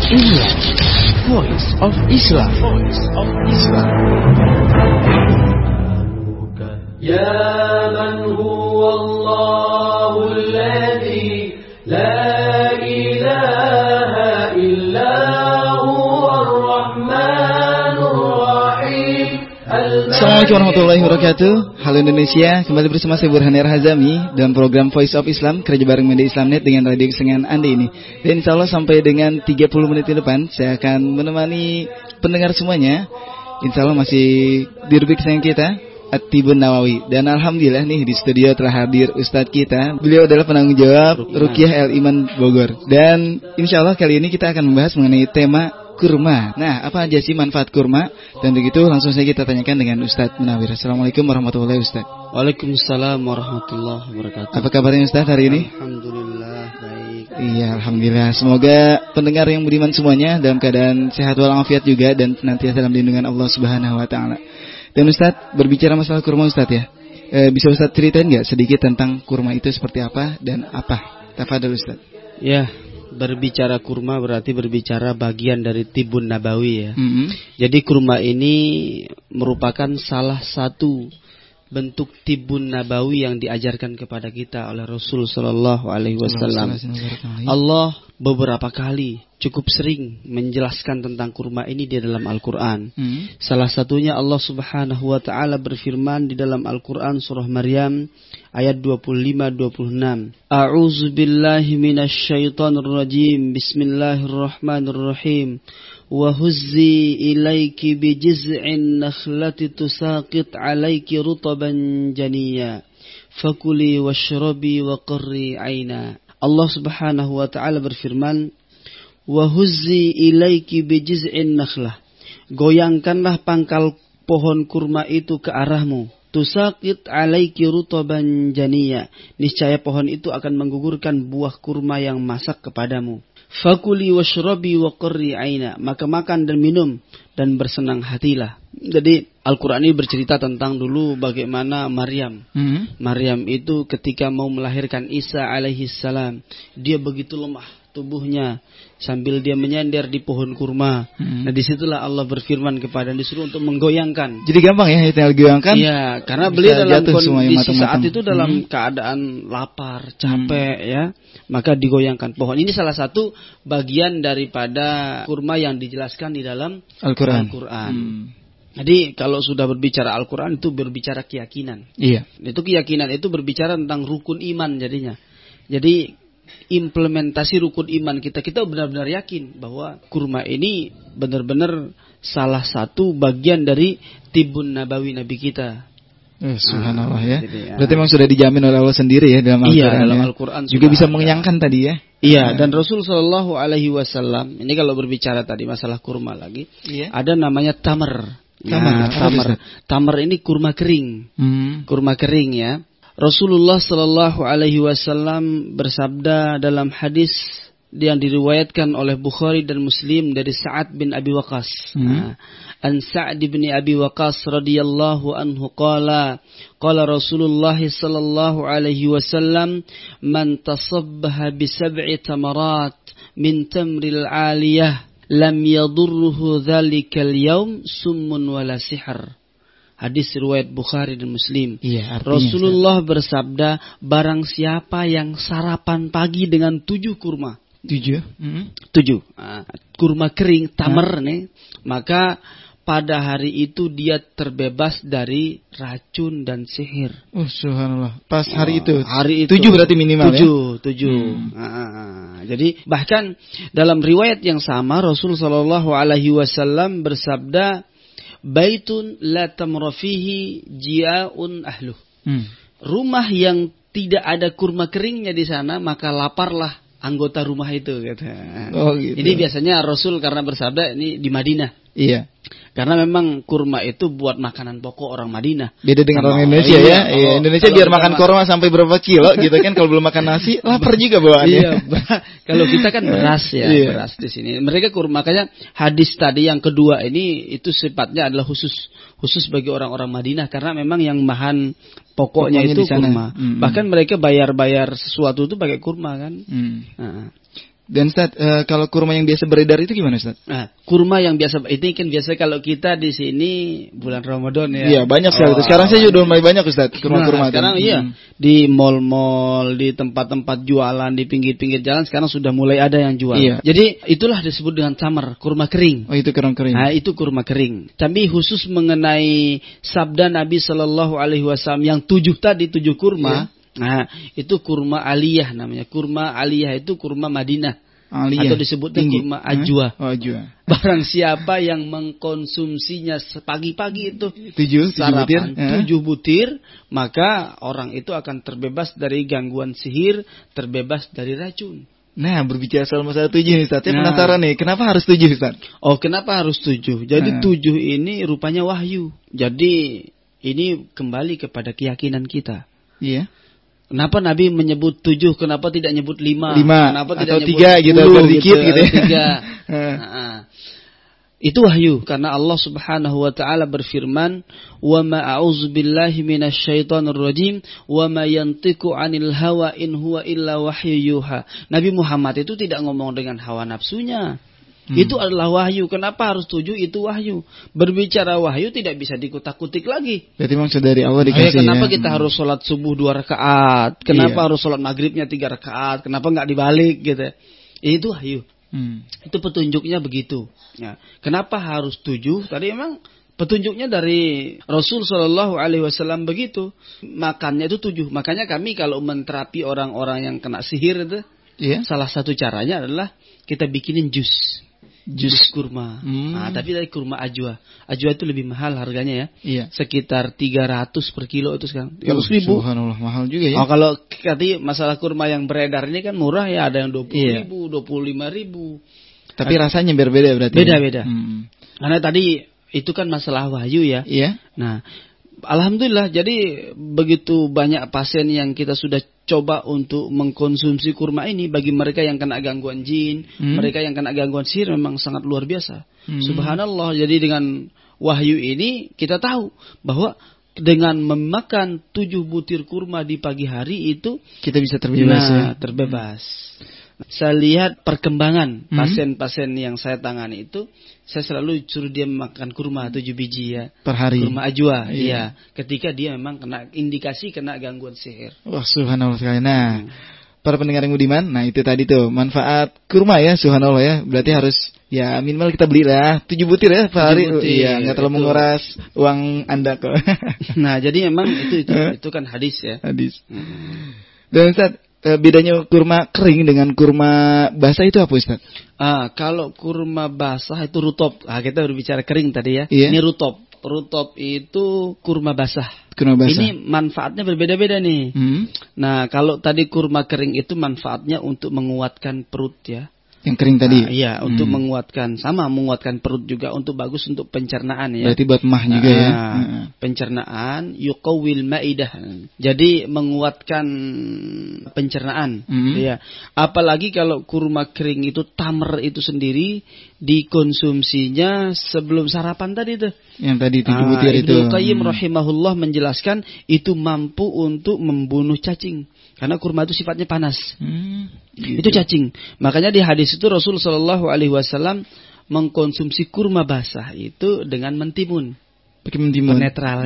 Inilah Voice of Islam. Voice of Islam. Ya man huwa Allahul ladzi la ilaha illa huwar rahmanur rahim. Assalamualaikum warahmatullahi wabarakatuh. Halo Indonesia, kembali bersama saya Burhan Hazami dalam program Voice of Islam, kerja bareng Media Islamnet dengan radio kesayangan Anda ini. Dan insya Allah sampai dengan 30 menit ke depan saya akan menemani pendengar semuanya. Insya Allah masih di rubrik kesayangan kita, At-Tibun Nawawi. Dan alhamdulillah nih di studio telah hadir Ustadz kita. Beliau adalah penanggung jawab Ruqyah El Iman Bogor. Dan insya Allah kali ini kita akan membahas mengenai tema kurma. Nah, apa aja sih manfaat kurma? Dan begitu langsung saja kita tanyakan dengan Ustadz Munawir. Assalamualaikum warahmatullahi wabarakatuh. Waalaikumsalam warahmatullahi wabarakatuh. Apa kabarnya Ustadz hari ini? Alhamdulillah baik. Iya, alhamdulillah. Semoga pendengar yang budiman semuanya dalam keadaan sehat walafiat juga dan senantiasa dalam lindungan Allah Subhanahu wa taala. Dan Ustadz, berbicara masalah kurma Ustadz ya. Bisa Ustadz ceritain enggak sedikit tentang kurma itu seperti apa dan apa? Tafadhol Ustadz. Ya. Berbicara kurma berarti berbicara bagian dari Tibun Nabawi ya. Jadi kurma ini merupakan salah satu bentuk Tibun Nabawi yang diajarkan kepada kita oleh Rasul Sallallahu Alaihi Wasallam. Allah beberapa kali cukup sering menjelaskan tentang kurma ini di dalam Al-Quran. Salah satunya Allah Subhanahu Wa Taala berfirman di dalam Al-Quran surah Maryam ayat 25-26. A'udzu billahi minasy syaithanir rajim. Bismillahirrahmanirrahim. Wa huzzi ilayki bi jiz'in nakhlati tusaqit 'alayki rutaban janiyya. Fakuli washrabi wa qarri 'aina. Allah Subhanahu wa taala berfirman, "Wa huzzi ilayki bi jiz'in nakhlah." Goyangkanlah pangkal pohon kurma itu ke arahmu. Tusaqit 'alayki rutaban janiyya. Niscaya pohon itu akan menggugurkan buah kurma yang masak kepadamu. Fakuli washrabi wa qarri 'aina. Maka makan dan minum dan bersenang hatilah. Jadi Al-Quran ini bercerita tentang dulu bagaimana Maryam. Maryam itu ketika mau melahirkan Isa alaihi salam, dia begitu lemah tubuhnya sambil dia menyender di pohon kurma. Nah disitulah Allah berfirman kepada disuruh untuk menggoyangkan. Jadi gampang ya itu goyangkan? Iya, karena beliau dalam kondisi saat itu dalam keadaan lapar, capek ya, maka digoyangkan pohon. Ini salah satu bagian daripada kurma yang dijelaskan di dalam Al-Quran. Jadi kalau sudah berbicara Al-Quran itu berbicara keyakinan. Iya. Itu keyakinan itu berbicara tentang rukun iman jadinya. Jadi implementasi rukun iman kita benar-benar yakin bahwa kurma ini benar-benar salah satu bagian dari Tibun Nabawi Nabi kita. Subhanallah ya. Berarti memang sudah dijamin oleh Allah sendiri ya dalam Al-Quran. Iya, dalam Al-Quran juga bisa mengenyangkan tadi ya. Iya, dan Rasul Shallallahu Alaihi Wasallam ini kalau berbicara tadi masalah kurma lagi, ada namanya tamar. Tamar ini kurma kering. Kurma kering ya. Rasulullah Sallallahu Alaihi Wasallam bersabda dalam hadis yang diriwayatkan oleh Bukhari dan Muslim dari Sa'ad bin Abi Waqqas. An Sa'd bin Abi Waqqas radhiyallahu anhu qala Rasulullah sallallahu alaihi wasallam man tasabbaha bi sab'i tamarat min tamril 'aliyah lam yadurruhu dhalikal yawm summun wala sihr. Hadis riwayat Bukhari dan Muslim. Rasulullah bersabda, barang siapa yang sarapan pagi dengan 7 kurma. 7. Kurma kering, tamar nih. Maka pada hari itu dia terbebas dari racun dan sihir. Subhanallah. Pas hari itu. Hari itu. 7 berarti minimal 7. Jadi bahkan dalam riwayat yang sama Rasul sallallahu alaihi wasallam bersabda, baitun la tamra fihi jia'un ahluh. Rumah yang tidak ada kurma keringnya di sana, maka laparlah anggota rumah itu kata. Gitu. Ini biasanya Rasul karena bersabda ini di Madinah. Iya. Karena memang kurma itu buat makanan pokok orang Madinah. Beda dengan orang Indonesia ya. Iya, Indonesia biar makan kurma sampai berapa kilo gitu kan, kalau belum makan nasi lapar juga bawaannya. Iya. Kalau kita kan beras ya, beras di sini. Mereka kurma, makanya hadis tadi yang kedua ini itu sifatnya adalah khusus bagi orang-orang Madinah karena memang yang bahan pokoknya itu kurma. Bahkan mereka bayar sesuatu itu pakai kurma kan. Dan Ustaz, kalau kurma yang biasa beredar itu gimana Ustaz? Nah, kurma yang biasa ini kan biasa kalau kita di sini bulan Ramadan ya. Iya, banyak sekali. Sekarang saya juga mulai banyak Ustaz kurma-kurma. Sekarang iya di mal-mal, di tempat-tempat jualan, di pinggir-pinggir jalan sekarang sudah mulai ada yang jual. Iya. Jadi itulah disebut dengan tamar, kurma kering. Oh, itu kurma kering. Nah, itu kurma kering. Tapi khusus mengenai sabda Nabi Shallallahu Alaihi Wasallam yang 7 kurma. Iya. Nah, itu kurma aliyah namanya. Kurma aliyah itu kurma Madinah. Aliyah. Atau disebutnya kurma ajwa. Oh, ajwa. Barang siapa yang mengkonsumsinya pagi-pagi itu 7 butir, maka orang itu akan terbebas dari gangguan sihir, terbebas dari racun. Nah, berbicara soal masalah 7 nih Ustaz. Saya penasaran nih, kenapa harus 7 Ustaz? Oh, kenapa harus 7? Jadi 7 ini rupanya wahyu. Jadi ini kembali kepada keyakinan kita. Iya. Kenapa Nabi menyebut 7? Kenapa tidak nyebut 5? Kenapa atau tidak 3 gitu, berdikit gitu. 3. Itu wahyu karena Allah Subhanahu wa taala berfirman, "Wa ma a'udzu billahi minasyaitonir rajim, wa ma yantiqu 'anil hawa in huwa illa wahyu yuha." Nabi Muhammad itu tidak ngomong dengan hawa nafsunya. Itu adalah wahyu. Kenapa harus 7? Itu wahyu. Berbicara wahyu tidak bisa dikutak-kutik lagi. Berarti maksud dari Allah dikasih. Kenapa kita harus sholat subuh 2 rakaat? Kenapa harus sholat maghribnya 3 rakaat? Kenapa nggak dibalik gitu? Itu wahyu. Itu petunjuknya begitu. Ya. Kenapa harus 7? Tadi memang petunjuknya dari Rasul Shallallahu Alaihi Wasallam begitu. Makannya itu 7. Makanya kami kalau menterapi orang-orang yang kena sihir itu, salah satu caranya adalah kita bikinin jus kurma. Nah, tapi dari kurma ajwa. Ajwa itu lebih mahal harganya ya. Iya. Sekitar 300 per kilo itu sekarang. 300.000. Subhanallah, mahal juga ya. Oh, kalau tadi masalah kurma yang beredar ini kan murah ya, ada yang 20.000, 25.000. Tapi rasanya berbeda berarti. Beda-beda. Karena tadi itu kan masalah wahyu ya. Iya. Nah, alhamdulillah jadi begitu banyak pasien yang kita sudah coba untuk mengkonsumsi kurma ini. Bagi mereka yang kena gangguan jin, mereka yang kena gangguan sihir memang sangat luar biasa. Subhanallah. Jadi dengan wahyu ini kita tahu bahwa dengan memakan 7 butir kurma di pagi hari itu kita bisa terbebas. Terbebas. Saya lihat perkembangan pasien-pasien yang saya tangani itu, saya selalu suruh dia makan kurma 7 biji ya. Per hari. Kurma ajwa, iya. Ketika dia memang kena indikasi kena gangguan sihir. Wah, subhanallah sekali. Nah, para pendengar yang budiman, nah itu tadi tuh manfaat kurma ya, subhanallah ya. Berarti harus ya minimal kita belilah 7 butir ya per hari. Iya, enggak terlalu menguras uang Anda kok. Nah, jadi memang itu kan hadis ya. Hadis. Dan Ustaz, bedanya kurma kering dengan kurma basah itu apa Ustaz? Kalau kurma basah itu rutop. Kita berbicara kering tadi ya. Iya. Ini rutop. Rutop itu kurma basah. Kurma basah. Ini manfaatnya berbeda-beda nih. Nah, kalau tadi kurma kering itu manfaatnya untuk menguatkan perut ya. Yang kering tadi? Iya, untuk menguatkan perut juga, untuk bagus untuk pencernaan ya. Berarti buat mah juga ya. Pencernaan, yuqawwil ma'idah. Jadi menguatkan pencernaan. Ya. Apalagi kalau kurma kering itu tamar itu sendiri dikonsumsinya sebelum sarapan tadi tuh. Yang tadi 7 butir itu. Ibnu Qayyim rahimahullah menjelaskan itu mampu untuk membunuh cacing. Karena kurma itu sifatnya panas. Gitu. Itu cacing. Makanya di hadis itu Rasul Shallallahu Alaihi Wasallam mengkonsumsi kurma basah itu dengan mentimun. Pakai mentimun.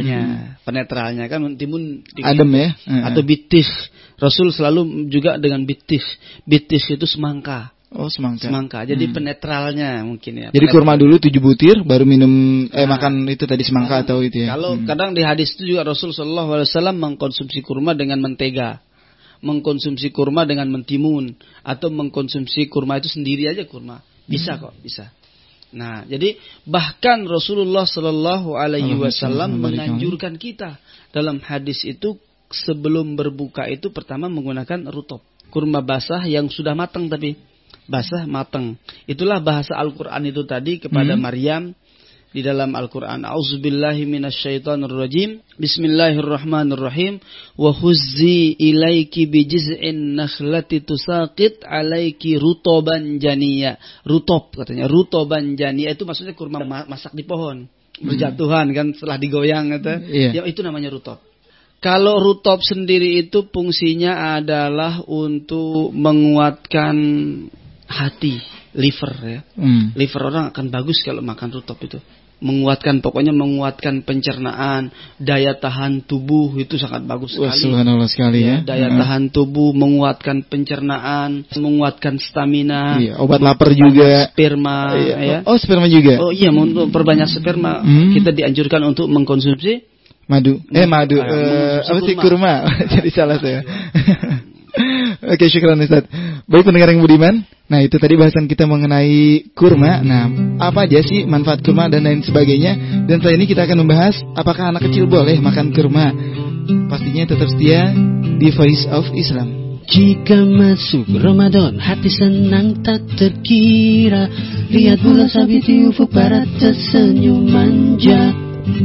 Penetralnya kan mentimun. Adem ya. Atau bitih. Rasul selalu juga dengan bitih. Bitih itu semangka. Oh, semangka. Jadi penetralnya mungkin ya. Jadi kurma dulu 7 butir baru minum makan itu tadi semangka atau itu ya. Kalau kadang di hadis itu juga Rasul Shallallahu Alaihi Wasallam mengkonsumsi kurma dengan mentega. Mengkonsumsi kurma dengan mentimun, atau mengkonsumsi kurma itu sendiri aja kurma. Bisa kok, bisa. Nah, jadi bahkan Rasulullah Shallallahu Alaihi Wasallam menganjurkan kita dalam hadis itu sebelum berbuka itu pertama menggunakan rutop, kurma basah yang sudah matang tapi basah matang. Itulah bahasa Al-Quran itu tadi kepada Maryam. Di dalam Al-Quran, A'udzubillahi minasyaitonirrajim, Bismillahirrahmanirrahim, wa huzzi ilaiki bijiz'in nakhlati tusaqit alaiki rutoban janiya. Rutop katanya, rutoban janiya itu maksudnya kurma masak di pohon, berjatuhan kan setelah digoyang gitu. Ya itu namanya rutop. Kalau rutop sendiri itu fungsinya adalah untuk menguatkan hati, liver ya. Liver orang akan bagus kalau makan rutop itu. Menguatkan pencernaan, daya tahan tubuh itu sangat bagus sekali. Subhanallah sekali ya. Daya tahan tubuh, menguatkan pencernaan, menguatkan stamina. Iya, obat lapar juga. Sperma ya. Oh, sperma juga. Oh iya, untuk perbanyak sperma kita dianjurkan untuk mengkonsumsi madu. Apa sih kurma? Jadi salah saya. Oke, syukran Ustaz. Baik pendengar yang budiman. Nah, itu tadi bahasan kita mengenai kurma. Nah, apa aja sih manfaat kurma dan lain sebagainya. Dan setelah ini kita akan membahas apakah anak kecil boleh makan kurma. Pastinya tetap setia di Voice of Islam. Jika masuk Ramadan, hati senang tak terkira. Lihat bulan sabit di ufuk barat tersenyum manja.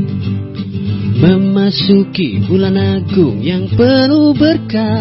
Memasuki bulan agung yang penuh berkah.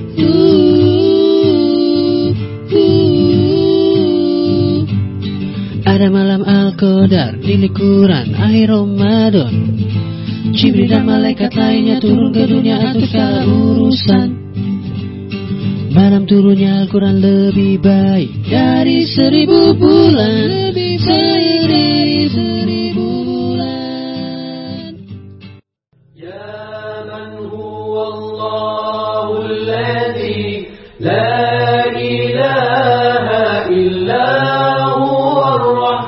Ada malam Al-Qadar di likuran akhir Ramadan. Jibril dan malaikat lainnya turun ke dunia atur segala urusan. Malam turunnya Al-Quran lebih baik dari 1000 bulan. Lebih baik dari 1000 bulan. Ya man huwallahu alladhi la ilaha illa huwar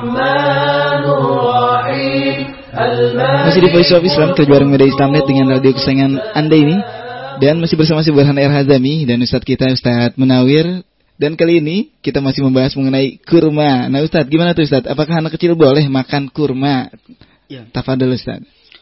rahmanur rahim. Masih di Voice of Islam, kerja bareng Media Islamnet dengan radio kesayangan Anda ini. Dan masih bersama si Burhan R. Hazami dan Ustadz kita Ustadz Munawir. Dan kali ini kita masih membahas mengenai kurma. Nah Ustadz, gimana tuh Ustadz? Apakah anak kecil boleh makan kurma? Ya. Tafadhol Ustadz.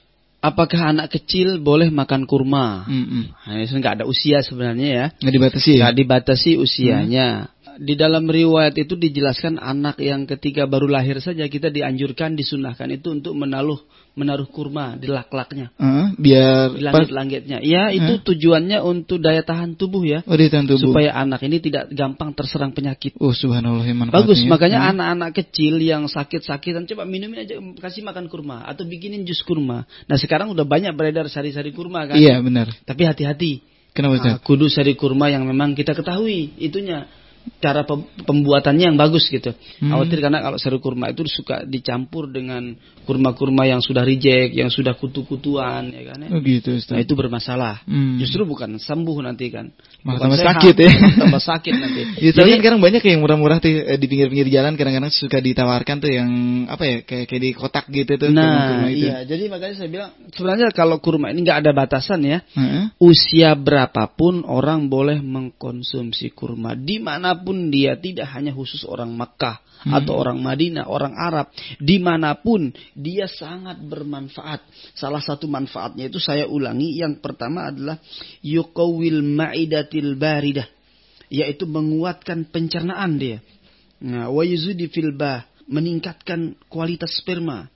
Apakah anak kecil boleh makan kurma? Nah, ini nggak ada usia sebenarnya ya. Nggak dibatasi ya? Nggak dibatasi usianya. Di dalam riwayat itu dijelaskan anak yang ketika baru lahir saja kita dianjurkan, disunahkan itu untuk menaruh kurma di lak-laknya. Biar di langit-langitnya. Ya, itu tujuannya untuk daya tahan tubuh ya. Oh, daya tahan tubuh. Supaya anak ini tidak gampang terserang penyakit. Oh, subhanallah. Bagus, makanya anak-anak kecil yang sakit-sakitan coba minumin aja, kasih makan kurma atau bikinin jus kurma. Nah, sekarang udah banyak beredar sari-sari kurma kan? Iya, benar. Tapi hati-hati. Kenapa Ustaz? Kudu sari kurma yang memang kita ketahui itunya. Cara pembuatannya yang bagus gitu. Khawatir karena kalau sari kurma itu suka dicampur dengan kurma-kurma yang sudah reject, yang sudah kutu-kutuan, ya kan? Oh gitu, Ustaz. Nah itu bermasalah. Justru bukan sembuh nanti kan. Malah tambah sakit ya. Tambah sakit nanti. Ya, jadi kan sekarang banyak yang murah-murah tuh di pinggir-pinggir jalan, kadang-kadang suka ditawarkan tuh yang apa ya, kayak di kotak gitu tuh. Nah iya, jadi makanya saya bilang sebenarnya kalau kurma ini nggak ada batasan ya. Usia berapapun orang boleh mengkonsumsi kurma dimanapun dia, tidak hanya khusus orang Makkah atau orang Madinah, orang Arab, dimanapun dia sangat bermanfaat. Salah satu manfaatnya itu saya ulangi, yang pertama adalah yuqawwil ma'idatil baridah, yaitu menguatkan pencernaan dia. Nah, wa yuzidi fil bah, meningkatkan kualitas sperma.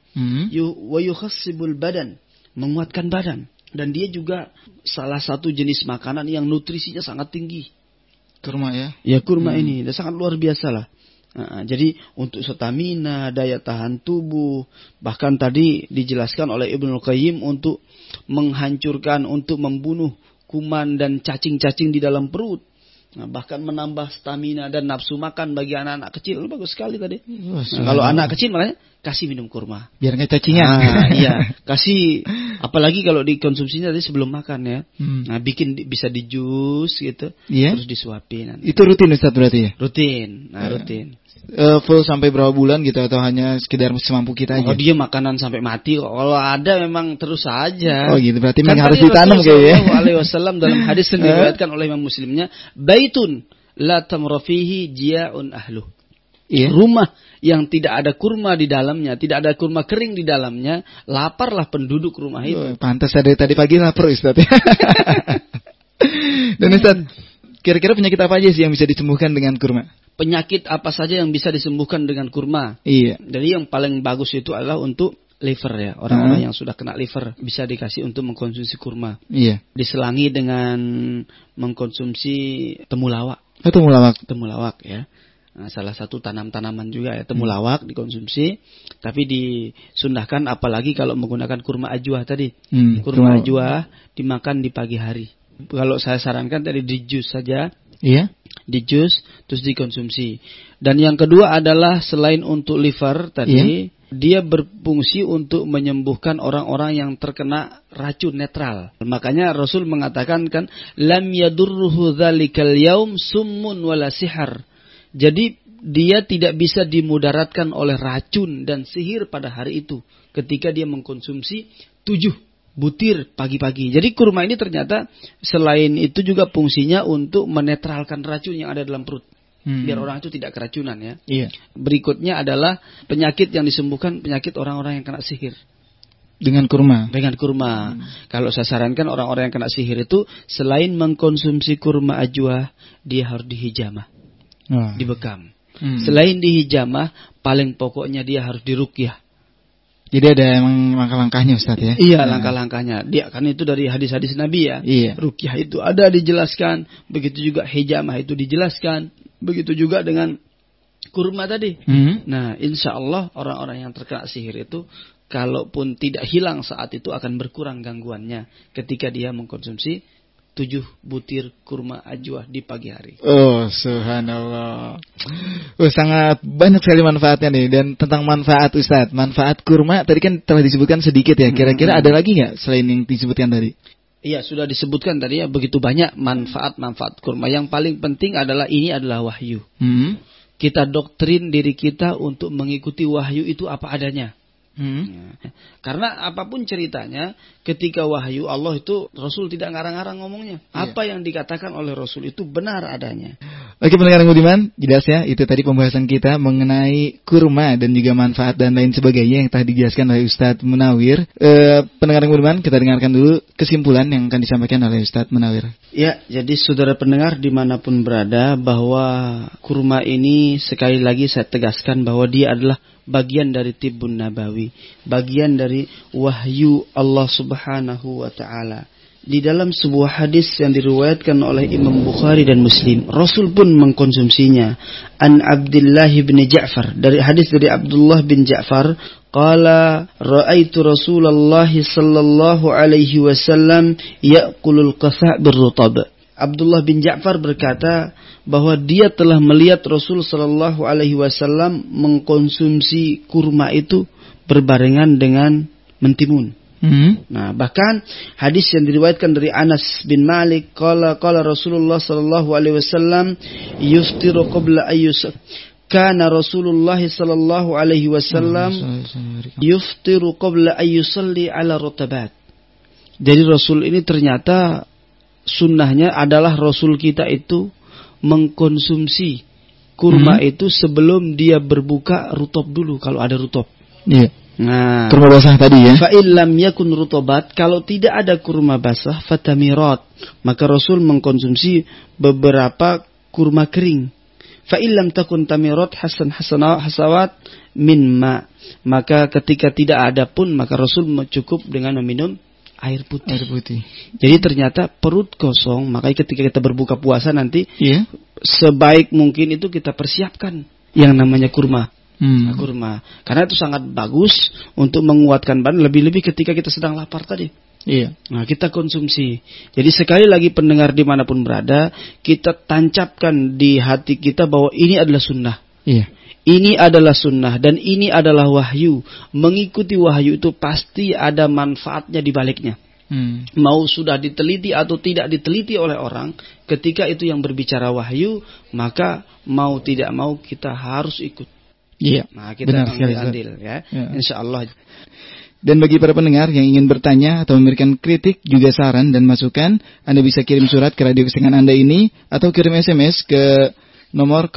Wa yukhassibul badan, menguatkan badan. Dan dia juga salah satu jenis makanan yang nutrisinya sangat tinggi. Kurma ya? Ya kurma ini sangat luar biasa lah. Jadi untuk stamina, daya tahan tubuh, bahkan tadi dijelaskan oleh Ibnu Qayyim untuk menghancurkan, untuk membunuh kuman dan cacing-cacing di dalam perut. Nah, bahkan menambah stamina dan nafsu makan bagi anak-anak kecil. Bagus sekali tadi. Kalau anak kecil makanya kasih minum kurma. Biar nggak cacingan. Iya, kasih. Apalagi kalau dikonsumsinya tadi sebelum makan ya. Nah, bisa di jus gitu. Terus disuapin. Nanti. Itu rutin Ustaz berarti ya? Rutin. Nah, rutin. Full sampai berapa bulan gitu atau hanya sekedar semampu kita aja? Oh, dia makanan sampai mati. Kalau ada memang terus saja. Oh gitu, berarti memang harus ditanam kayaknya. Sallallahu alaihi wasallam dalam hadis yang diriwayatkan oleh Imam Muslimnya, baitun la tamra fihi jia'un ahluh. Rumah yang tidak ada kurma di dalamnya, tidak ada kurma kering di dalamnya, laparlah penduduk rumah itu. Pantas ada tadi pagi lapar Ustaz. Dan Ustaz, kira-kira penyakit apa aja sih yang bisa disembuhkan dengan kurma? Penyakit apa saja yang bisa disembuhkan dengan kurma? Iya. Jadi yang paling bagus itu adalah untuk liver ya. Orang-orang yang sudah kena liver bisa dikasih untuk mengkonsumsi kurma. Iya. Diselangi dengan mengkonsumsi temulawak. Temulawak ya. Nah, salah satu tanaman juga ya, temulawak dikonsumsi, tapi disundahkan apalagi kalau menggunakan kurma ajwa tadi. Kurma ajwa dimakan di pagi hari. Kalau saya sarankan tadi di jus saja. Iya. di jus terus dikonsumsi. Dan yang kedua adalah selain untuk liver tadi, dia berfungsi untuk menyembuhkan orang-orang yang terkena racun netral. Makanya Rasul mengatakan kan, lam yadurruhu dzalikal yaum summun wala sihar. Jadi dia tidak bisa dimudaratkan oleh racun dan sihir pada hari itu ketika dia mengkonsumsi 7 butir pagi-pagi. Jadi kurma ini ternyata selain itu juga fungsinya untuk menetralkan racun yang ada dalam perut. Biar orang itu tidak keracunan ya. Iya. Berikutnya adalah penyakit yang disembuhkan, penyakit orang-orang yang kena sihir. Dengan kurma. Dengan kurma. Kalau saya sarankan orang-orang yang kena sihir itu selain mengkonsumsi kurma ajwa, dia harus dihijamah. Dibekam. Selain dihijamah, paling pokoknya dia harus diruqyah. Jadi ada emang langkah-langkahnya Ustaz ya? Iya, langkah-langkahnya. Dia kan itu dari hadis-hadis Nabi ya. Iya. Ruqyah itu ada dijelaskan, begitu juga hijamah itu dijelaskan, begitu juga dengan kurma tadi. Nah, insya Allah orang-orang yang terkena sihir itu, kalaupun tidak hilang saat itu akan berkurang gangguannya ketika dia mengkonsumsi 7 butir kurma ajwa di pagi hari. Oh, subhanallah. Sangat banyak sekali manfaatnya nih. Dan tentang manfaat Ustaz, manfaat kurma tadi kan telah disebutkan sedikit ya. Kira-kira ada lagi nggak selain yang disebutkan tadi? Iya, sudah disebutkan tadi ya, begitu banyak manfaat-manfaat kurma. Yang paling penting adalah ini adalah wahyu. Kita doktrin diri kita untuk mengikuti wahyu itu apa adanya. Karena apapun ceritanya, ketika wahyu Allah itu Rasul tidak ngarang-ngarang ngomongnya. Apa yang dikatakan oleh Rasul itu benar adanya. Oke, pendengar yang budiman, jelas ya, itu tadi pembahasan kita mengenai kurma dan juga manfaat dan lain sebagainya yang telah dijelaskan oleh Ustadz Munawir. Pendengar yang budiman, kita dengarkan dulu kesimpulan yang akan disampaikan oleh Ustadz Munawir. Ya, jadi saudara pendengar dimanapun berada, bahwa kurma ini sekali lagi saya tegaskan bahwa dia adalah bagian dari Tibbun Nabawi, bagian dari wahyu Allah Subhanahu wa taala. Di dalam sebuah hadis yang diriwayatkan oleh Imam Bukhari dan Muslim, Rasul pun mengkonsumsinya. An Abdullah bin Ja'far, dari hadis dari Abdullah bin Ja'far, qala ra'aitu Rasulullah sallallahu alaihi wasallam ya'kulul qasa' birrutab. Abdullah bin Ja'far berkata bahwa dia telah melihat Rasul sallallahu alaihi wasallam mengkonsumsi kurma itu berbarengan dengan mentimun. Nah, bahkan hadis yang diriwayatkan dari Anas bin Malik, qala Rasulullah sallallahu alaihi wasallam yuftiru qabla ayyus. Kana Rasulullah sallallahu alaihi wasallam yuftiru qabla ayyusalli ala rutabat. Jadi Rasul ini ternyata sunnahnya adalah Rasul kita itu mengkonsumsi kurma itu sebelum dia berbuka rutop dulu, kalau ada rutop. Iya. Nah, kurma basah tadi ya. Fa illam yakun rutobat, kalau tidak ada kurma basah, fatamirat, maka Rasul mengkonsumsi beberapa kurma kering. Fa illam takun tamirat hasawat min ma, maka ketika tidak ada pun maka Rasul cukup dengan meminum air putih. Jadi ternyata perut kosong, makanya ketika kita berbuka puasa nanti, sebaik mungkin itu kita persiapkan yang namanya kurma. Kurma, karena itu sangat bagus untuk menguatkan badan, lebih-lebih ketika kita sedang lapar tadi. Iya. Nah, kita konsumsi. Jadi sekali lagi pendengar dimanapun berada, kita tancapkan di hati kita bahwa ini adalah sunnah. Iya. Ini adalah sunnah dan ini adalah wahyu. Mengikuti wahyu itu pasti ada manfaatnya di baliknya. Mau sudah diteliti atau tidak diteliti oleh orang, ketika itu yang berbicara wahyu, maka mau tidak mau kita harus ikut. Iya. Nah, kita ambil ya. Insyaallah. Dan bagi para pendengar yang ingin bertanya atau memberikan kritik, juga saran dan masukan, Anda bisa kirim surat ke radio kesayangan Anda ini atau kirim SMS ke nomor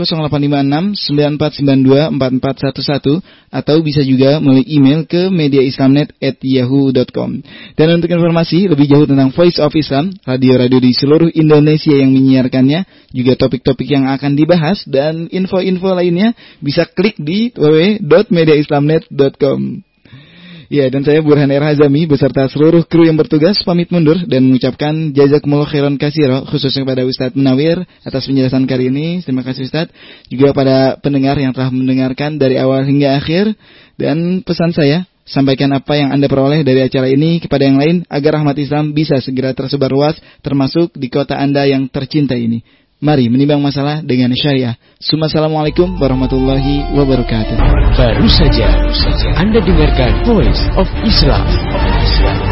0856-9492-4411 atau bisa juga melalui email ke mediaislamnet@yahoo.com. Dan untuk informasi lebih jauh tentang Voice of Islam, radio-radio di seluruh Indonesia yang menyiarkannya, juga topik-topik yang akan dibahas dan info-info lainnya, bisa klik di www.mediaislamnet.com. Ya, dan saya Burhan R. Hazami beserta seluruh kru yang bertugas pamit mundur dan mengucapkan jazakumullah khairan katsira, khususnya kepada Ustadz Munawir atas penjelasan kali ini. Terima kasih Ustadz. Juga pada pendengar yang telah mendengarkan dari awal hingga akhir. Dan pesan saya, sampaikan apa yang Anda peroleh dari acara ini kepada yang lain agar rahmat Islam bisa segera tersebar luas, termasuk di kota Anda yang tercinta ini. Mari menimbang masalah dengan syariah. Assalamualaikum warahmatullahi wabarakatuh. Baru saja Anda dengarkan Voice of Islam.